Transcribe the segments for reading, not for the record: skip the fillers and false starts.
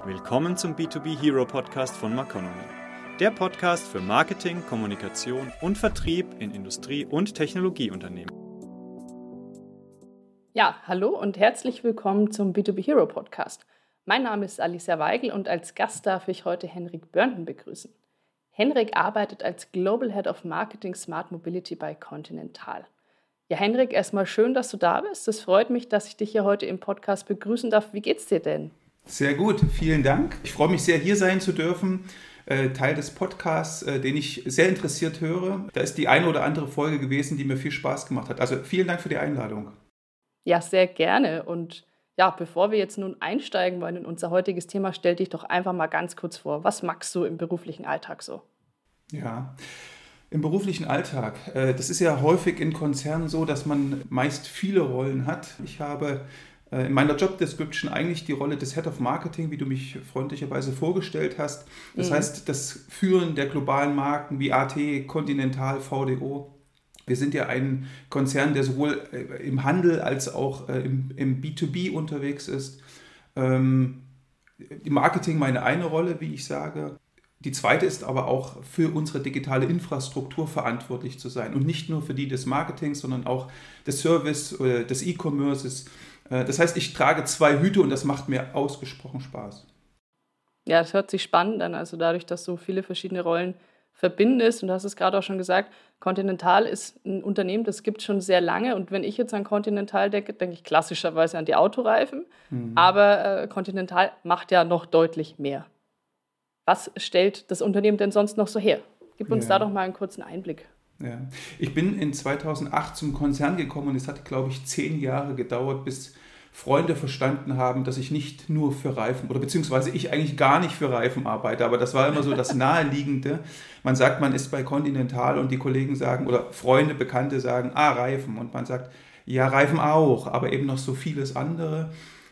Willkommen zum B2B Hero Podcast von Marconomy. Der Podcast für Marketing, Kommunikation und Vertrieb in Industrie- und Technologieunternehmen. Ja, hallo und herzlich willkommen zum B2B Hero Podcast. Mein Name ist Alicia Weigel und als Gast darf ich heute Henrik Börnten begrüßen. Henrik arbeitet als Global Head of Marketing Smart Mobility bei Continental. Ja, Henrik, erstmal schön, dass du da bist. Es freut mich, dass ich dich hier heute im Podcast begrüßen darf. Wie geht's dir denn? Sehr gut, vielen Dank. Ich freue mich sehr, hier sein zu dürfen. Teil des Podcasts, den ich sehr interessiert höre. Da ist die eine oder andere Folge gewesen, die mir viel Spaß gemacht hat. Also vielen Dank für die Einladung. Ja, sehr gerne. Und ja, bevor wir jetzt nun einsteigen wollen in unser heutiges Thema, stell dich doch einfach mal ganz kurz vor. Was magst du im beruflichen Alltag so? Ja, im beruflichen Alltag. Das ist ja häufig in Konzernen so, dass man meist viele Rollen hat. Ich habe in meiner Job Description eigentlich die Rolle des Head of Marketing, wie du mich freundlicherweise vorgestellt hast. Das heißt, das Führen der globalen Marken wie AT, Continental, VDO. Wir sind ja ein Konzern, der sowohl im Handel als auch im B2B unterwegs ist. Im Marketing meine eine Rolle, wie ich sage. Die zweite ist aber auch für unsere digitale Infrastruktur verantwortlich zu sein. Und nicht nur für die des Marketings, sondern auch des Service, des E-Commerces. Das heißt, ich trage zwei Hüte und das macht mir ausgesprochen Spaß. Ja, das hört sich spannend an. Also dadurch, dass du viele verschiedene Rollen verbindest, und du hast es gerade auch schon gesagt, Continental ist ein Unternehmen, das gibt es schon sehr lange. Und wenn ich jetzt an Continental denke, denke ich klassischerweise an die Autoreifen. Aber Continental macht ja noch deutlich mehr. Was stellt das Unternehmen denn sonst noch so her? Gib uns da doch mal einen kurzen Einblick. Ja. Ich bin in 2008 zum Konzern gekommen und es hat, glaube ich, 10 Jahre gedauert, bis Freunde verstanden haben, dass ich nicht nur für Reifen oder beziehungsweise ich eigentlich gar nicht für Reifen arbeite, aber das war immer so das Naheliegende. Man sagt, man ist bei Continental und die Kollegen sagen oder Freunde, Bekannte sagen, Reifen, und man sagt, ja, Reifen auch, aber eben noch so vieles andere,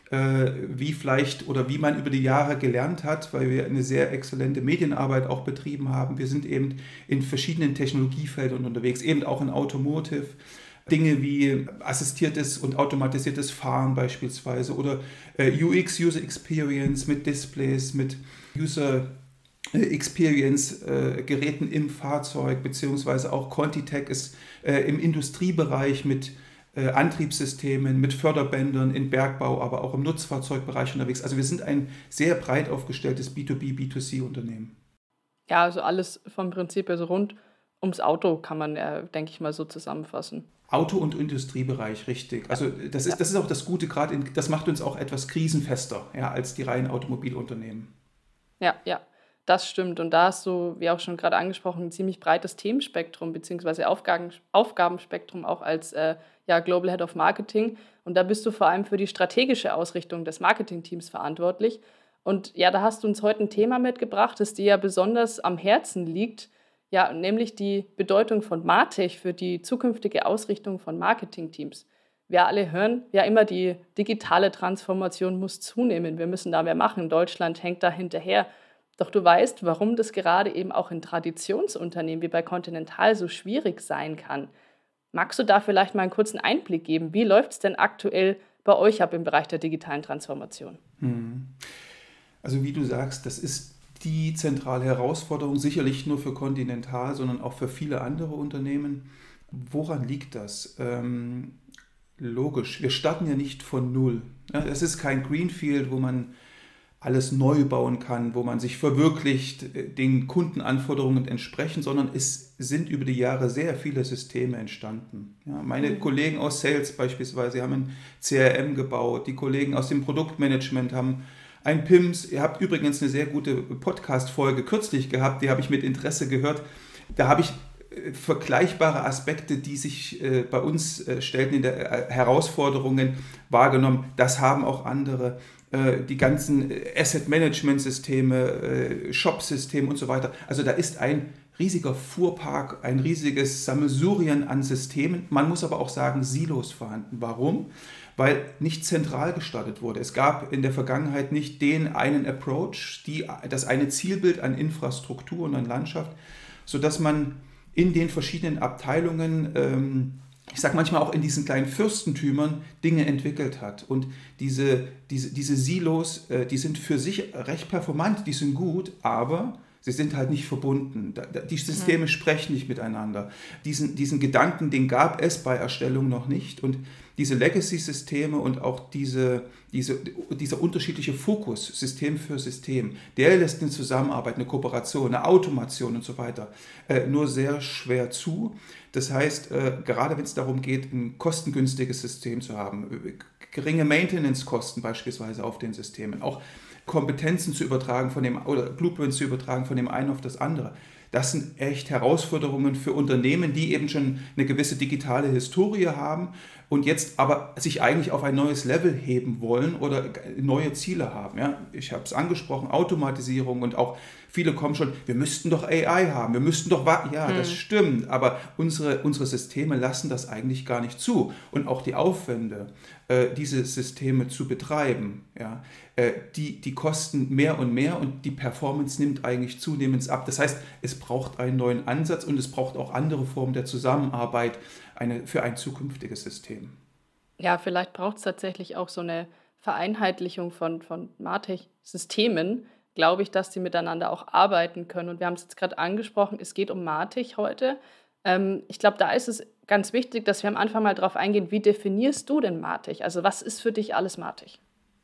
wie vielleicht oder wie man über die Jahre gelernt hat, weil wir eine sehr exzellente Medienarbeit auch betrieben haben. Wir sind eben in verschiedenen Technologiefeldern unterwegs, eben auch in Automotive. Dinge wie assistiertes und automatisiertes Fahren beispielsweise oder UX, User Experience mit Displays, mit User Experience Geräten im Fahrzeug, beziehungsweise auch Contitech ist im Industriebereich mit Antriebssystemen, mit Förderbändern im Bergbau, aber auch im Nutzfahrzeugbereich unterwegs. Also wir sind ein sehr breit aufgestelltes B2B, B2C-Unternehmen. Ja, also alles vom Prinzip, also rund ums Auto kann man, denke ich mal, so zusammenfassen. Auto- und Industriebereich, richtig. Also das ist auch das Gute, gerade das macht uns auch etwas krisenfester, ja, als die reinen Automobilunternehmen. Ja, das stimmt. Und da hast du, wie auch schon gerade angesprochen, ein ziemlich breites Themenspektrum bzw. Aufgabenspektrum auch als Global Head of Marketing. Und da bist du vor allem für die strategische Ausrichtung des Marketingteams verantwortlich. Und ja, da hast du uns heute ein Thema mitgebracht, das dir ja besonders am Herzen liegt, ja, nämlich die Bedeutung von MarTech für die zukünftige Ausrichtung von Marketingteams. Wir alle hören ja immer, die digitale Transformation muss zunehmen. Wir müssen da mehr machen. Deutschland hängt da hinterher. Doch du weißt, warum das gerade eben auch in Traditionsunternehmen wie bei Continental so schwierig sein kann. Magst du da vielleicht mal einen kurzen Einblick geben? Wie läuft es denn aktuell bei euch ab im Bereich der digitalen Transformation? Also wie du sagst, das ist die zentrale Herausforderung, sicherlich nur für Continental, sondern auch für viele andere Unternehmen. Woran liegt das? Logisch, wir starten ja nicht von Null. Es ist kein Greenfield, wo man alles neu bauen kann, wo man sich verwirklicht, den Kundenanforderungen entsprechen, sondern es sind über die Jahre sehr viele Systeme entstanden. Ja, meine Kollegen aus Sales beispielsweise haben ein CRM gebaut, die Kollegen aus dem Produktmanagement haben ein PIMS. Ihr habt übrigens eine sehr gute Podcast-Folge kürzlich gehabt, die habe ich mit Interesse gehört. Da habe ich vergleichbare Aspekte, die sich bei uns stellten in der Herausforderungen wahrgenommen. Das haben auch andere. Die ganzen Asset-Management-Systeme, Shop-Systeme und so weiter. Also da ist ein riesiger Fuhrpark, ein riesiges Sammelsurien an Systemen. Man muss aber auch sagen, Silos vorhanden. Warum? Weil nicht zentral gestartet wurde. Es gab in der Vergangenheit nicht den einen Approach, das eine Zielbild an Infrastruktur und an Landschaft, sodass man in den verschiedenen Abteilungen ich sage manchmal auch in diesen kleinen Fürstentümern Dinge entwickelt hat. Und diese Silos, die sind für sich recht performant, die sind gut, aber sie sind halt nicht verbunden. Die Systeme sprechen nicht miteinander. Diesen Gedanken, den gab es bei Erstellung noch nicht. Und diese Legacy-Systeme und auch dieser unterschiedliche Fokus, System für System, der lässt eine Zusammenarbeit, eine Kooperation, eine Automation und so weiter nur sehr schwer zu. Das heißt, gerade wenn es darum geht, ein kostengünstiges System zu haben, geringe Maintenance-Kosten beispielsweise auf den Systemen, auch Kompetenzen zu übertragen oder Blueprints zu übertragen von dem einen auf das andere. Das sind echt Herausforderungen für Unternehmen, die eben schon eine gewisse digitale Historie haben und jetzt aber sich eigentlich auf ein neues Level heben wollen oder neue Ziele haben. Ja, ich habe es angesprochen, Automatisierung und auch viele kommen schon, wir müssten doch AI haben, wir müssten doch, ja, das stimmt, aber unsere Systeme lassen das eigentlich gar nicht zu. Und auch die Aufwände, diese Systeme zu betreiben, ja, die kosten mehr und mehr und die Performance nimmt eigentlich zunehmend ab. Das heißt, es braucht einen neuen Ansatz und es braucht auch andere Formen der Zusammenarbeit für ein zukünftiges System. Ja, vielleicht braucht es tatsächlich auch so eine Vereinheitlichung von MarTech-Systemen, glaube ich, dass die miteinander auch arbeiten können. Und wir haben es jetzt gerade angesprochen, es geht um MarTech heute. Ich glaube, da ist es ganz wichtig, dass wir am Anfang mal drauf eingehen, wie definierst du denn MarTech? Also was ist für dich alles MarTech?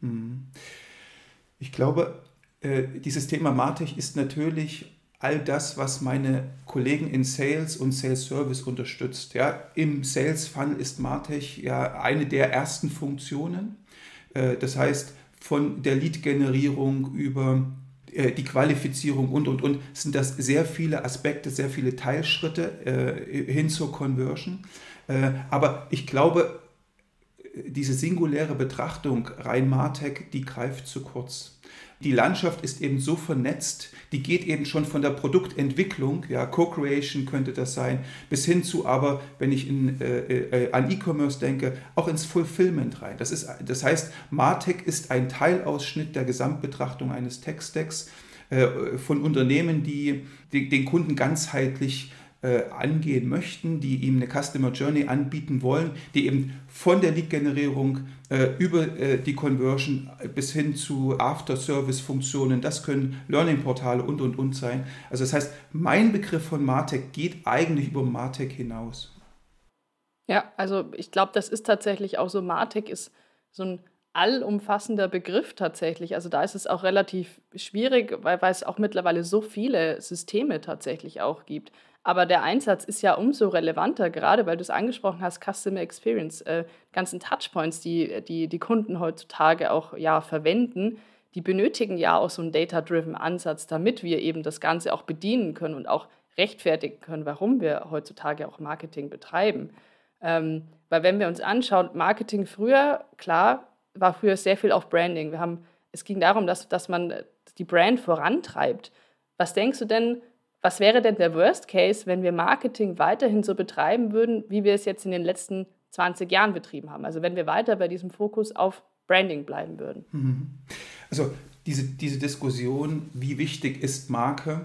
Ich glaube, dieses Thema MarTech ist natürlich all das, was meine Kollegen in Sales und Sales Service unterstützt. Ja, im Sales Funnel ist MarTech ja eine der ersten Funktionen. Das heißt, von der Lead-Generierung über die Qualifizierung und sind das sehr viele Aspekte, sehr viele Teilschritte hin zur Conversion. Aber ich glaube, diese singuläre Betrachtung rein MarTech, die greift zu kurz. Die Landschaft ist eben so vernetzt, die geht eben schon von der Produktentwicklung, ja, Co-Creation könnte das sein, bis hin zu aber, wenn ich an E-Commerce denke, auch ins Fulfillment rein. Das heißt, MarTech ist ein Teilausschnitt der Gesamtbetrachtung eines Tech-Stacks von Unternehmen, die den Kunden ganzheitlich angehen möchten, die ihm eine Customer Journey anbieten wollen, die eben von der Lead-Generierung über die Conversion bis hin zu After-Service-Funktionen, das können Learning-Portale und sein. Also das heißt, mein Begriff von MarTech geht eigentlich über MarTech hinaus. Ja, also ich glaube, das ist tatsächlich auch so, MarTech ist so ein allumfassender Begriff tatsächlich. Also da ist es auch relativ schwierig, weil es auch mittlerweile so viele Systeme tatsächlich auch gibt. Aber der Einsatz ist ja umso relevanter, gerade weil du es angesprochen hast, Customer Experience, ganzen Touchpoints, die Kunden heutzutage auch verwenden, die benötigen ja auch so einen Data-driven Ansatz, damit wir eben das Ganze auch bedienen können und auch rechtfertigen können, warum wir heutzutage auch Marketing betreiben. Weil wenn wir uns anschauen, Marketing früher, klar, war früher sehr viel auf Branding. Es ging darum, dass man die Brand vorantreibt. Was denkst du denn, was wäre denn der Worst Case, wenn wir Marketing weiterhin so betreiben würden, wie wir es jetzt in den letzten 20 Jahren betrieben haben? Also wenn wir weiter bei diesem Fokus auf Branding bleiben würden. Also diese Diskussion, wie wichtig ist Marke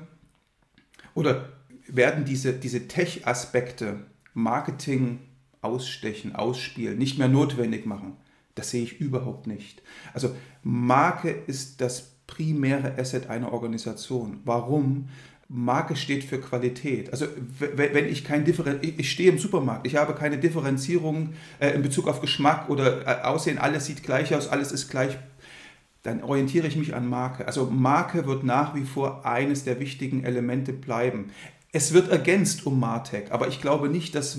oder werden diese Tech-Aspekte Marketing ausstechen, ausspielen, nicht mehr notwendig machen? Das sehe ich überhaupt nicht. Also Marke ist das primäre Asset einer Organisation. Warum? Marke steht für Qualität. Also wenn ich ich stehe im Supermarkt, ich habe keine Differenzierung in Bezug auf Geschmack oder Aussehen, alles sieht gleich aus, alles ist gleich, dann orientiere ich mich an Marke. Also Marke wird nach wie vor eines der wichtigen Elemente bleiben. Es wird ergänzt um MarTech, aber ich glaube nicht, dass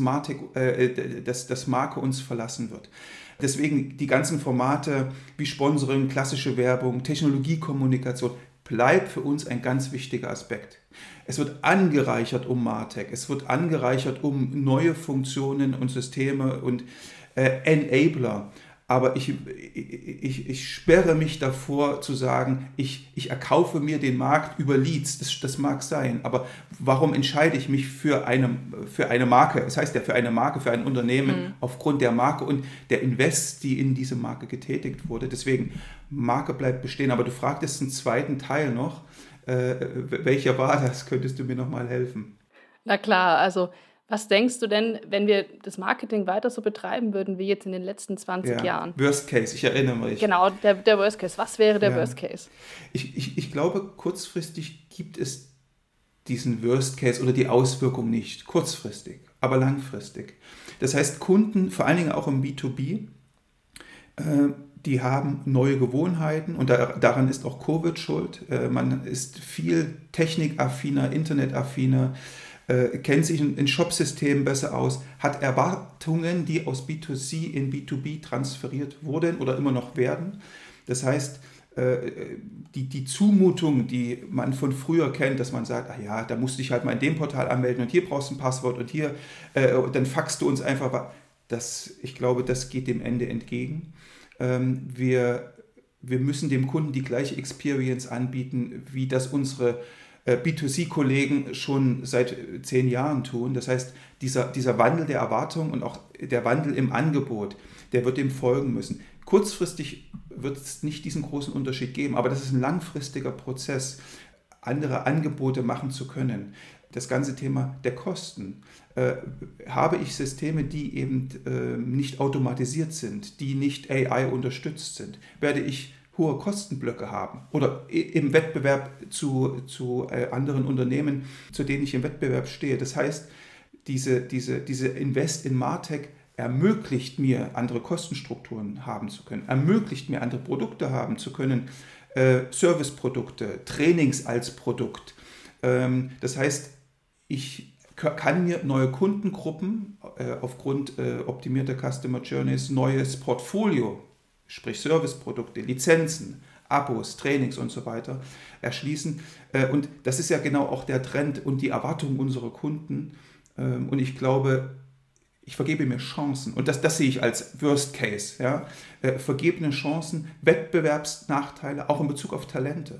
Marke uns verlassen wird. Deswegen die ganzen Formate wie Sponsoring, klassische Werbung, Technologiekommunikation bleibt für uns ein ganz wichtiger Aspekt. Es wird angereichert um MarTech, es wird angereichert um neue Funktionen und Systeme und Enabler. Aber ich sperre mich davor zu sagen, ich erkaufe mir den Markt über Leads, das mag sein, aber warum entscheide ich mich für eine Marke? Das heißt ja für eine Marke, für ein Unternehmen aufgrund der Marke und der Invest, die in diese Marke getätigt wurde. Deswegen, Marke bleibt bestehen. Aber du fragtest einen zweiten Teil noch. Welcher war das? Könntest du mir nochmal helfen? Na klar, also Was denkst du denn, wenn wir das Marketing weiter so betreiben würden wie jetzt in den letzten 20 Jahren? Worst Case, ich erinnere mich. Genau, der Worst Case. Was wäre der Worst Case? Ich glaube, kurzfristig gibt es diesen Worst Case oder die Auswirkung nicht. Kurzfristig, aber langfristig. Das heißt, Kunden, vor allen Dingen auch im B2B, die haben neue Gewohnheiten und daran ist auch Covid schuld. Man ist viel technikaffiner, internetaffiner, kennt sich in Shopsystemen besser aus, hat Erwartungen, die aus B2C in B2B transferiert wurden oder immer noch werden. Das heißt, die Zumutung, die man von früher kennt, dass man sagt, ach ja, da musst du dich halt mal in dem Portal anmelden und hier brauchst du ein Passwort und hier, dann faxst du uns einfach. Ich glaube, das geht dem Ende entgegen. Wir müssen dem Kunden die gleiche Experience anbieten, wie das unsere B2C-Kollegen schon seit 10 Jahren tun. Das heißt, dieser Wandel der Erwartung und auch der Wandel im Angebot, der wird dem folgen müssen. Kurzfristig wird es nicht diesen großen Unterschied geben, aber das ist ein langfristiger Prozess, andere Angebote machen zu können. Das ganze Thema der Kosten. Habe ich Systeme, die eben nicht automatisiert sind, die nicht AI unterstützt sind, werde ich hohe Kostenblöcke haben oder im Wettbewerb zu anderen Unternehmen, zu denen ich im Wettbewerb stehe. Das heißt, diese Invest in Martech ermöglicht mir, andere Kostenstrukturen haben zu können, ermöglicht mir, andere Produkte haben zu können, Serviceprodukte, Trainings als Produkt. Das heißt, ich kann mir neue Kundengruppen aufgrund optimierter Customer Journeys, neues Portfolio, sprich Serviceprodukte, Lizenzen, Abos, Trainings und so weiter erschließen. Und das ist ja genau auch der Trend und die Erwartung unserer Kunden. Und ich glaube, ich vergebe mir Chancen. Und das sehe ich als Worst Case. Ja? Vergebene Chancen, Wettbewerbsnachteile, auch in Bezug auf Talente.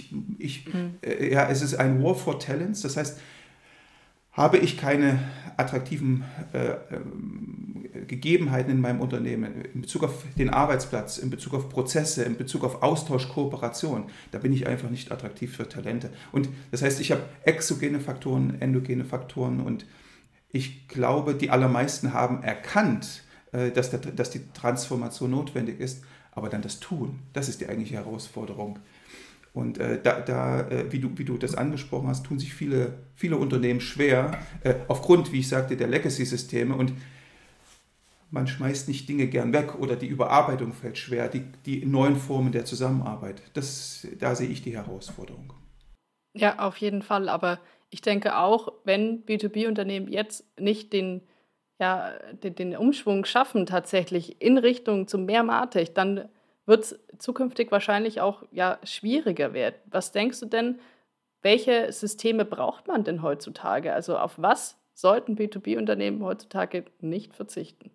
Es ist ein War for Talents. Das heißt, habe ich keine attraktiven Gegebenheiten in meinem Unternehmen in Bezug auf den Arbeitsplatz, in Bezug auf Prozesse, in Bezug auf Austausch, Kooperation, da bin ich einfach nicht attraktiv für Talente. Und das heißt, ich habe exogene Faktoren, endogene Faktoren und ich glaube, die allermeisten haben erkannt, dass die Transformation notwendig ist, aber dann das Tun, das ist die eigentliche Herausforderung. Und wie du das angesprochen hast, tun sich viele Unternehmen schwer, aufgrund, wie ich sagte, der Legacy-Systeme. Und man schmeißt nicht Dinge gern weg oder die Überarbeitung fällt schwer, die neuen Formen der Zusammenarbeit. Da sehe ich die Herausforderung. Ja, auf jeden Fall. Aber ich denke auch, wenn B2B-Unternehmen jetzt nicht den Umschwung schaffen, tatsächlich in Richtung zu mehr Martech, dann wird es zukünftig wahrscheinlich auch schwieriger werden. Was denkst du denn, welche Systeme braucht man denn heutzutage? Also auf was sollten B2B-Unternehmen heutzutage nicht verzichten?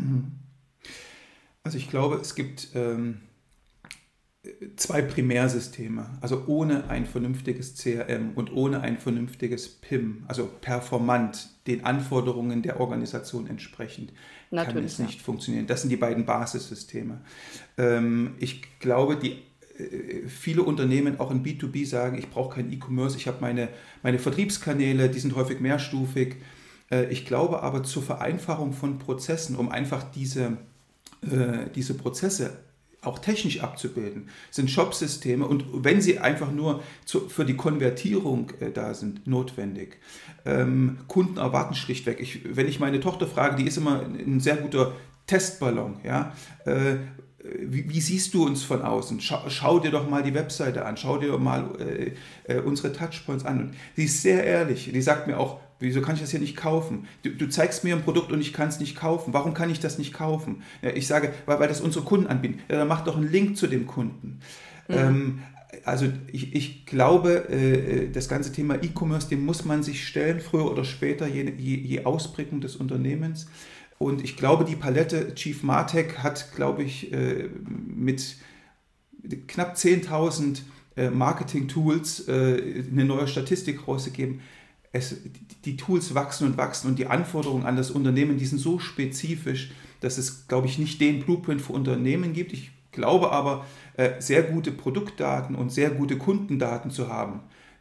Also ich glaube, es gibt 2 Primärsysteme, also ohne ein vernünftiges CRM und ohne ein vernünftiges PIM, also performant, den Anforderungen der Organisation entsprechend, kann es nicht funktionieren. Das sind die beiden Basissysteme. Ich glaube, viele Unternehmen, auch in B2B, sagen, ich brauche kein E-Commerce, ich habe meine Vertriebskanäle, die sind häufig mehrstufig. Ich glaube aber zur Vereinfachung von Prozessen, um einfach diese Prozesse auch technisch abzubilden, sind Shop-Systeme und wenn sie einfach nur für die Konvertierung da sind, notwendig. Kunden erwarten schlichtweg. Wenn ich meine Tochter frage, die ist immer ein sehr guter Testballon, ja, wie siehst du uns von außen? Schau dir doch mal die Webseite an, schau dir mal unsere Touchpoints an. Und sie ist sehr ehrlich, die sagt mir auch, wieso kann ich das hier nicht kaufen? Du zeigst mir ein Produkt und ich kann es nicht kaufen. Warum kann ich das nicht kaufen? Ich sage, weil das unsere Kunden anbieten. Ja, dann mach doch einen Link zu dem Kunden. Also ich glaube, das ganze Thema E-Commerce, dem muss man sich stellen, früher oder später, je Ausprägung des Unternehmens. Und ich glaube, die Palette Chief Martech hat, glaube ich, mit knapp 10.000 Marketing-Tools eine neue Statistik rausgegeben. Die Tools wachsen und die Anforderungen an das Unternehmen, die sind so spezifisch, dass es, glaube ich, nicht den Blueprint für Unternehmen gibt. Ich glaube aber, sehr gute Produktdaten und sehr gute Kundendaten zu haben,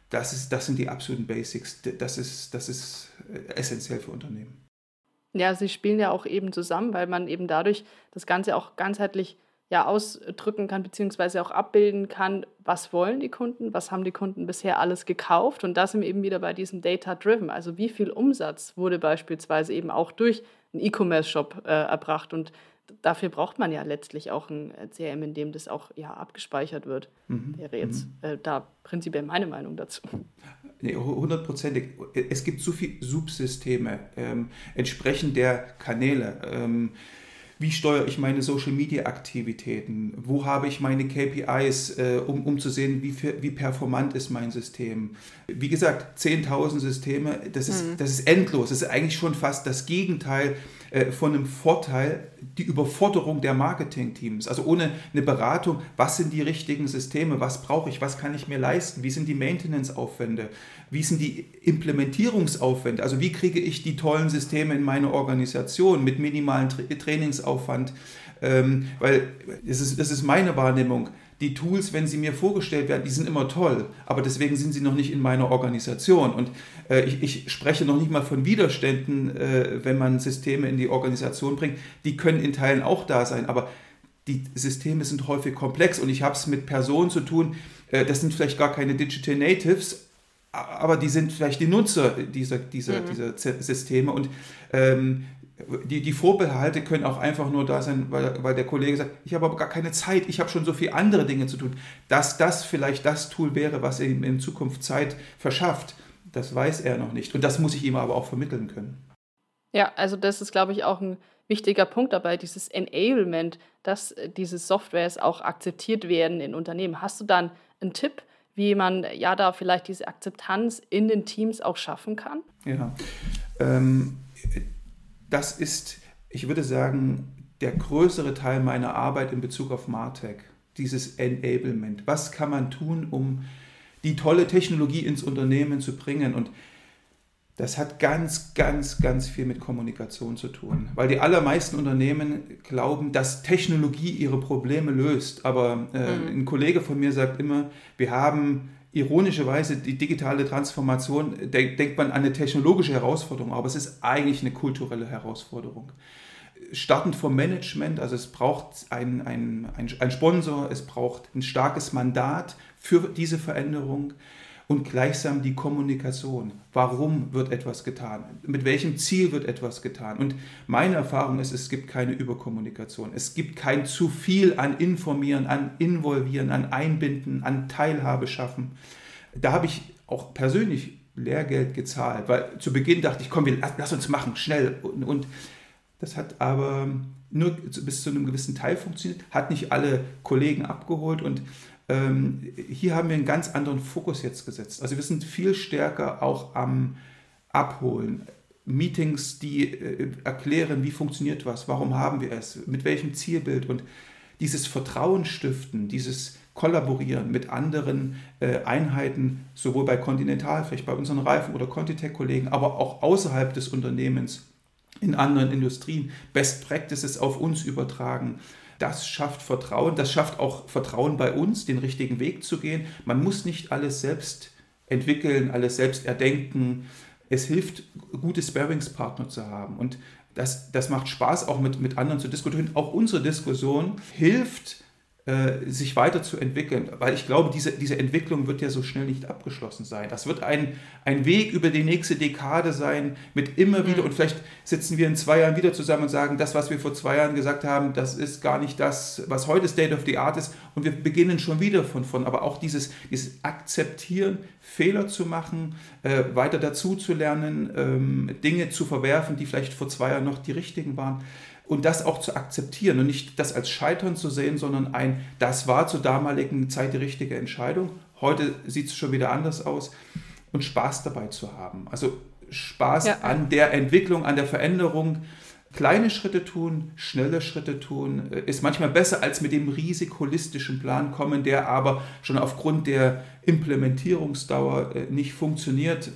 das sind die absoluten Basics. Das ist essentiell für Unternehmen. Ja, sie spielen ja auch eben zusammen, weil man eben dadurch das Ganze auch ganzheitlich ja ausdrücken kann, beziehungsweise auch abbilden kann, was wollen die Kunden, was haben die Kunden bisher alles gekauft. Und da sind wir eben wieder bei diesem Data-Driven. Also wie viel Umsatz wurde beispielsweise eben auch durch einen E-Commerce-Shop erbracht. Und dafür braucht man ja letztlich auch ein CRM, in dem das auch ja abgespeichert wird. Wäre jetzt da prinzipiell meine Meinung dazu. Nee, 100%. Es gibt so viele Subsysteme, entsprechend der Kanäle. Wie steuere ich meine Social-Media-Aktivitäten? Wo habe ich meine KPIs, um zu sehen, wie performant ist mein System? Wie gesagt, 10.000 Systeme, das ist endlos. Das ist eigentlich schon fast das Gegenteil von einem Vorteil, die Überforderung der Marketingteams. Also ohne eine Beratung, was sind die richtigen Systeme, was brauche ich, was kann ich mir leisten, wie sind die Maintenance-Aufwände, wie sind die Implementierungsaufwände, also wie kriege ich die tollen Systeme in meine Organisation mit minimalen Trainingsaufwand, weil das ist meine Wahrnehmung. Die Tools, wenn sie mir vorgestellt werden, die sind immer toll, aber deswegen sind sie noch nicht in meiner Organisation. Und ich spreche noch nicht mal von Widerständen, wenn man Systeme in die Organisation bringt. Die können in Teilen auch da sein, aber die Systeme sind häufig komplex und ich habe es mit Personen zu tun, das sind vielleicht gar keine Digital Natives, aber die sind vielleicht die Nutzer dieser Systeme und die Vorbehalte können auch einfach nur da sein, weil der Kollege sagt, ich habe aber gar keine Zeit, ich habe schon so viele andere Dinge zu tun. Dass das vielleicht das Tool wäre, was ihm in Zukunft Zeit verschafft, das weiß er noch nicht. Und das muss ich ihm aber auch vermitteln können. Ja, also das ist, glaube ich, auch ein wichtiger Punkt dabei, dieses Enablement, dass diese Softwares auch akzeptiert werden in Unternehmen. Hast du dann einen Tipp, wie man ja da vielleicht diese Akzeptanz in den Teams auch schaffen kann? Ja, das ist, ich würde sagen, der größere Teil meiner Arbeit in Bezug auf MarTech, dieses Enablement. Was kann man tun, um die tolle Technologie ins Unternehmen zu bringen? Und das hat ganz, ganz, ganz viel mit Kommunikation zu tun, weil die allermeisten Unternehmen glauben, dass Technologie ihre Probleme löst. Aber ein Kollege von mir sagt immer, wir haben ironischerweise die digitale Transformation, denkt man an eine technologische Herausforderung, aber es ist eigentlich eine kulturelle Herausforderung. Startend vom Management, also es braucht ein Sponsor, es braucht ein starkes Mandat für diese Veränderung und gleichsam die Kommunikation. Warum wird etwas getan? Mit welchem Ziel wird etwas getan? Und meine Erfahrung ist, es gibt keine Überkommunikation. Es gibt kein zu viel an Informieren, an Involvieren, an Einbinden, an Teilhabe schaffen. Da habe ich auch persönlich Lehrgeld gezahlt, weil zu Beginn dachte ich, komm, lass uns machen, schnell. Und das hat aber nur bis zu einem gewissen Teil funktioniert, hat nicht alle Kollegen abgeholt und hier haben wir einen ganz anderen Fokus jetzt gesetzt. Also wir sind viel stärker auch am Abholen. Meetings, die erklären, wie funktioniert was, warum haben wir es, mit welchem Zielbild und dieses Vertrauen stiften, dieses Kollaborieren mit anderen Einheiten, sowohl bei Continental, vielleicht bei unseren Reifen- oder Contitech-Kollegen, aber auch außerhalb des Unternehmens, in anderen Industrien, Best Practices auf uns übertragen. Das schafft Vertrauen, das schafft auch Vertrauen bei uns, den richtigen Weg zu gehen. Man muss nicht alles selbst entwickeln, alles selbst erdenken. Es hilft, gute Sparringspartner zu haben und das macht Spaß, auch mit anderen zu diskutieren. Auch unsere Diskussion hilft, sich weiterzuentwickeln, weil ich glaube, diese Entwicklung wird ja so schnell nicht abgeschlossen sein. Das wird ein Weg über die nächste Dekade sein, mit immer wieder, und vielleicht sitzen wir in 2 Jahren wieder zusammen und sagen, das, was wir vor 2 Jahren gesagt haben, das ist gar nicht das, was heute State of the Art ist, und wir beginnen schon wieder von vorn. Aber auch dieses Akzeptieren, Fehler zu machen, weiter dazu zu lernen, Dinge zu verwerfen, die vielleicht vor 2 Jahren noch die richtigen waren. Und das auch zu akzeptieren und nicht das als Scheitern zu sehen, sondern das war zur damaligen Zeit die richtige Entscheidung. Heute sieht es schon wieder anders aus und Spaß dabei zu haben. Also Spaß an der Entwicklung, an der Veränderung. Kleine Schritte tun, schnelle Schritte tun, ist manchmal besser als mit dem riesig holistischen Plan kommen, der aber schon aufgrund der Implementierungsdauer nicht funktioniert,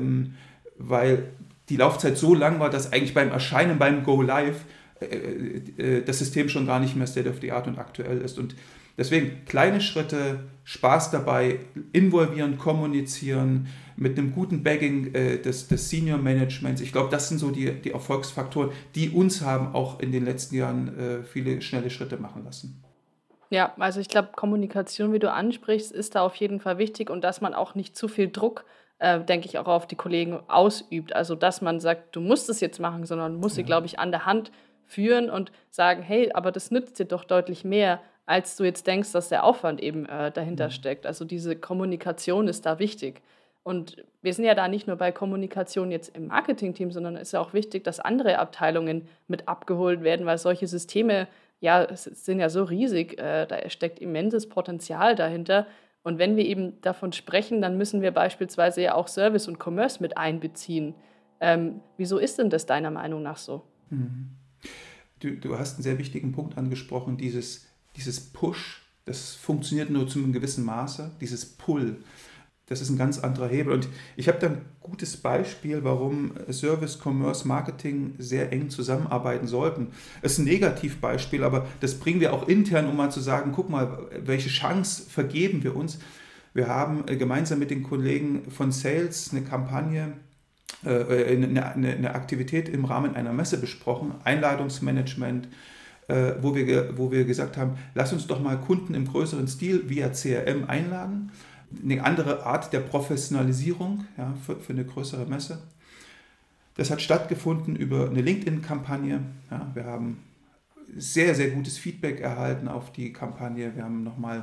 weil die Laufzeit so lang war, dass eigentlich beim Erscheinen, beim Go Live, das System schon gar nicht mehr State of the Art und aktuell ist. Und deswegen kleine Schritte, Spaß dabei, involvieren, kommunizieren, mit einem guten Backing des Senior Managements. Ich glaube, das sind so die Erfolgsfaktoren, die uns haben auch in den letzten Jahren viele schnelle Schritte machen lassen. Ja, also ich glaube, Kommunikation, wie du ansprichst, ist da auf jeden Fall wichtig und dass man auch nicht zu viel Druck, denke ich, auch auf die Kollegen ausübt. Also dass man sagt, du musst es jetzt machen, sondern muss sie, glaube ich, an der Hand führen und sagen, hey, aber das nützt dir doch deutlich mehr, als du jetzt denkst, dass der Aufwand eben dahinter steckt. Also diese Kommunikation ist da wichtig. Und wir sind ja da nicht nur bei Kommunikation jetzt im Marketingteam, sondern es ist ja auch wichtig, dass andere Abteilungen mit abgeholt werden, weil solche Systeme, ja, sind ja so riesig, da steckt immenses Potenzial dahinter. Und wenn wir eben davon sprechen, dann müssen wir beispielsweise ja auch Service und Commerce mit einbeziehen. Wieso ist denn das deiner Meinung nach so? Du hast einen sehr wichtigen Punkt angesprochen, dieses Push, das funktioniert nur zu einem gewissen Maße, dieses Pull, das ist ein ganz anderer Hebel. Und ich habe da ein gutes Beispiel, warum Service, Commerce, Marketing sehr eng zusammenarbeiten sollten. Es ist ein Negativbeispiel, aber das bringen wir auch intern, um mal zu sagen, guck mal, welche Chance vergeben wir uns. Wir haben gemeinsam mit den Kollegen von Sales eine Kampagne, eine Aktivität im Rahmen einer Messe besprochen, Einladungsmanagement, wo wir gesagt haben, lass uns doch mal Kunden im größeren Stil via CRM einladen. Eine andere Art der Professionalisierung, ja, für eine größere Messe. Das hat stattgefunden über eine LinkedIn-Kampagne. Ja, wir haben sehr, sehr gutes Feedback erhalten auf die Kampagne. Wir haben nochmal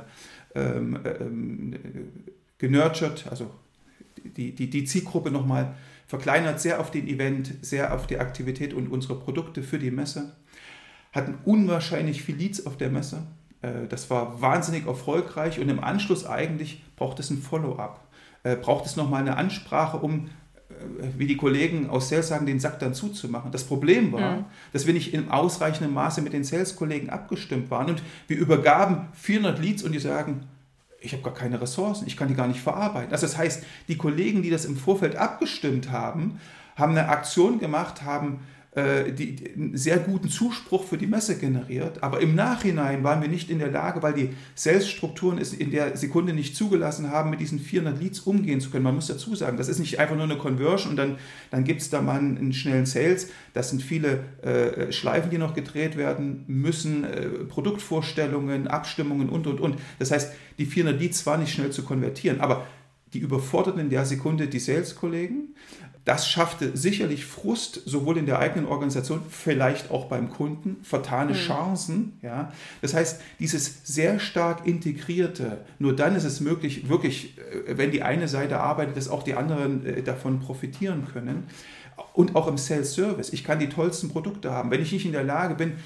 genurtured, also die Zielgruppe nochmal verkleinert, sehr auf den Event, sehr auf die Aktivität und unsere Produkte für die Messe. Hatten unwahrscheinlich viel Leads auf der Messe. Das war wahnsinnig erfolgreich und im Anschluss eigentlich braucht es ein Follow-up. Braucht es nochmal eine Ansprache, um, wie die Kollegen aus Sales sagen, den Sack dann zuzumachen. Das Problem war, dass wir nicht in ausreichendem Maße mit den Sales-Kollegen abgestimmt waren und wir übergaben 400 Leads und die sagen, ich habe gar keine Ressourcen, ich kann die gar nicht verarbeiten. Also das heißt, die Kollegen, die das im Vorfeld abgestimmt haben, haben eine Aktion gemacht, haben einen sehr guten Zuspruch für die Messe generiert, aber im Nachhinein waren wir nicht in der Lage, weil die Sales-Strukturen es in der Sekunde nicht zugelassen haben, mit diesen 400 Leads umgehen zu können. Man muss dazu sagen, das ist nicht einfach nur eine Conversion und dann gibt es da mal einen schnellen Sales. Das sind viele Schleifen, die noch gedreht werden müssen, Produktvorstellungen, Abstimmungen und. Das heißt, die 400 Leads waren nicht schnell zu konvertieren, aber die überforderten in der Sekunde die Sales-Kollegen. Das schaffte sicherlich Frust, sowohl in der eigenen Organisation, vielleicht auch beim Kunden, vertane Chancen. Ja. Das heißt, dieses sehr stark integrierte, nur dann ist es möglich, wirklich, wenn die eine Seite arbeitet, dass auch die anderen davon profitieren können. Und auch im Sales Service. Ich kann die tollsten Produkte haben. Wenn ich nicht in der Lage bin,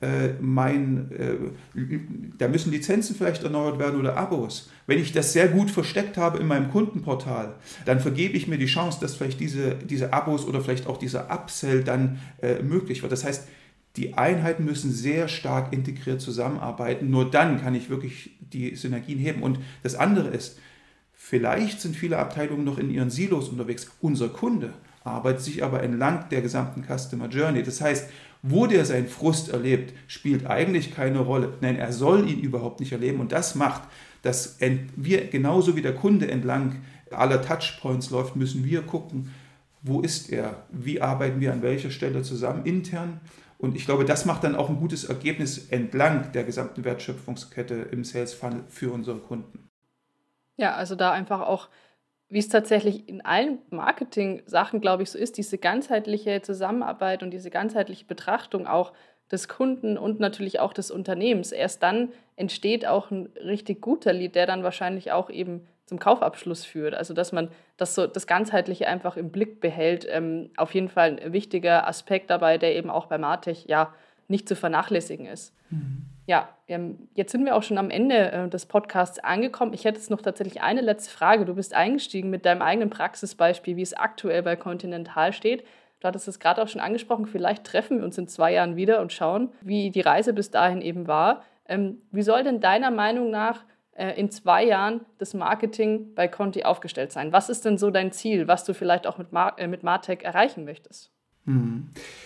da müssen Lizenzen vielleicht erneuert werden oder Abos. Wenn ich das sehr gut versteckt habe in meinem Kundenportal, dann vergebe ich mir die Chance, dass vielleicht diese Abos oder vielleicht auch dieser Upsell dann möglich wird. Das heißt, die Einheiten müssen sehr stark integriert zusammenarbeiten. Nur dann kann ich wirklich die Synergien heben. Und das andere ist, vielleicht sind viele Abteilungen noch in ihren Silos unterwegs. Unser Kunde arbeitet sich aber entlang der gesamten Customer Journey. Das heißt, wo der seinen Frust erlebt, spielt eigentlich keine Rolle. Nein, er soll ihn überhaupt nicht erleben. Und das macht, dass wir genauso wie der Kunde entlang aller Touchpoints läuft, müssen wir gucken, wo ist er, wie arbeiten wir an welcher Stelle zusammen, intern. Und ich glaube, das macht dann auch ein gutes Ergebnis entlang der gesamten Wertschöpfungskette im Sales Funnel für unsere Kunden. Ja, also da einfach auch, wie es tatsächlich in allen Marketing-Sachen, glaube ich, so ist, diese ganzheitliche Zusammenarbeit und diese ganzheitliche Betrachtung auch des Kunden und natürlich auch des Unternehmens. Erst dann entsteht auch ein richtig guter Lead, der dann wahrscheinlich auch eben zum Kaufabschluss führt. Also dass man das Ganzheitliche einfach im Blick behält. Auf jeden Fall ein wichtiger Aspekt dabei, der eben auch bei Martech ja nicht zu vernachlässigen ist. Ja, jetzt sind wir auch schon am Ende des Podcasts angekommen. Ich hätte jetzt noch tatsächlich eine letzte Frage. Du bist eingestiegen mit deinem eigenen Praxisbeispiel, wie es aktuell bei Continental steht. Du hattest es gerade auch schon angesprochen. Vielleicht treffen wir uns in 2 Jahren wieder und schauen, wie die Reise bis dahin eben war. Wie soll denn deiner Meinung nach in 2 Jahren das Marketing bei Conti aufgestellt sein? Was ist denn so dein Ziel, was du vielleicht auch mit Martech erreichen möchtest?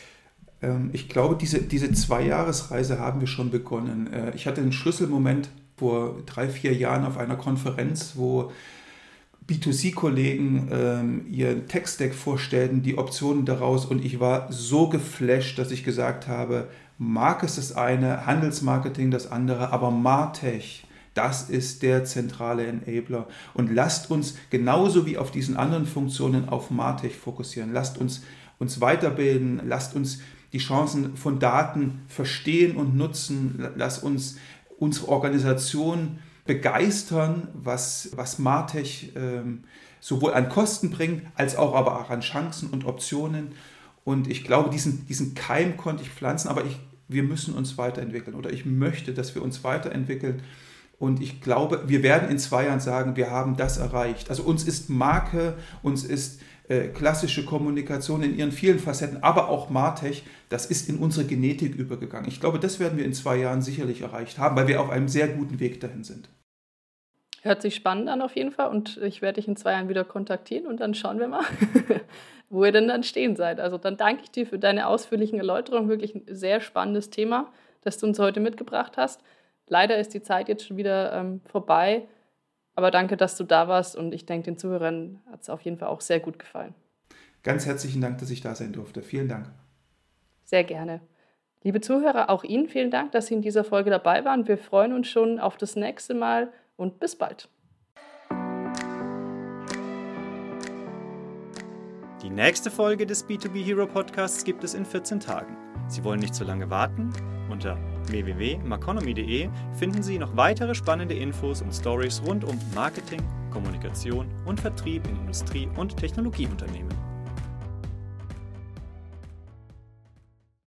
Ich glaube, diese 2-Jahres-Reise haben wir schon begonnen. Ich hatte einen Schlüsselmoment vor 3-4 Jahren auf einer Konferenz, wo B2C-Kollegen ihr Tech-Stack vorstellten, die Optionen daraus, und ich war so geflasht, dass ich gesagt habe, Marke ist das eine, Handelsmarketing das andere, aber MarTech, das ist der zentrale Enabler. Und lasst uns genauso wie auf diesen anderen Funktionen auf MarTech fokussieren. Lasst uns weiterbilden, lasst uns die Chancen von Daten verstehen und nutzen, lasst uns unsere Organisation begeistern, was MarTech sowohl an Kosten bringt, als auch aber auch an Chancen und Optionen. Und ich glaube, diesen Keim konnte ich pflanzen, aber wir müssen uns weiterentwickeln, oder ich möchte, dass wir uns weiterentwickeln. Und ich glaube, wir werden in 2 Jahren sagen, wir haben das erreicht. Also uns ist Marke, uns ist klassische Kommunikation in ihren vielen Facetten, aber auch MarTech, das ist in unsere Genetik übergegangen. Ich glaube, das werden wir in 2 Jahren sicherlich erreicht haben, weil wir auf einem sehr guten Weg dahin sind. Hört sich spannend an auf jeden Fall, und ich werde dich in 2 Jahren wieder kontaktieren und dann schauen wir mal, wo ihr denn dann stehen seid. Also dann danke ich dir für deine ausführlichen Erläuterungen, wirklich ein sehr spannendes Thema, das du uns heute mitgebracht hast. Leider ist die Zeit jetzt schon wieder vorbei, aber danke, dass du da warst, und ich denke, den Zuhörern hat es auf jeden Fall auch sehr gut gefallen. Ganz herzlichen Dank, dass ich da sein durfte. Vielen Dank. Sehr gerne. Liebe Zuhörer, auch Ihnen vielen Dank, dass Sie in dieser Folge dabei waren. Wir freuen uns schon auf das nächste Mal und bis bald. Die nächste Folge des B2B Hero Podcasts gibt es in 14 Tagen. Sie wollen nicht zu lange warten? Unter www.maconomy.de finden Sie noch weitere spannende Infos und Stories rund um Marketing, Kommunikation und Vertrieb in Industrie- und Technologieunternehmen.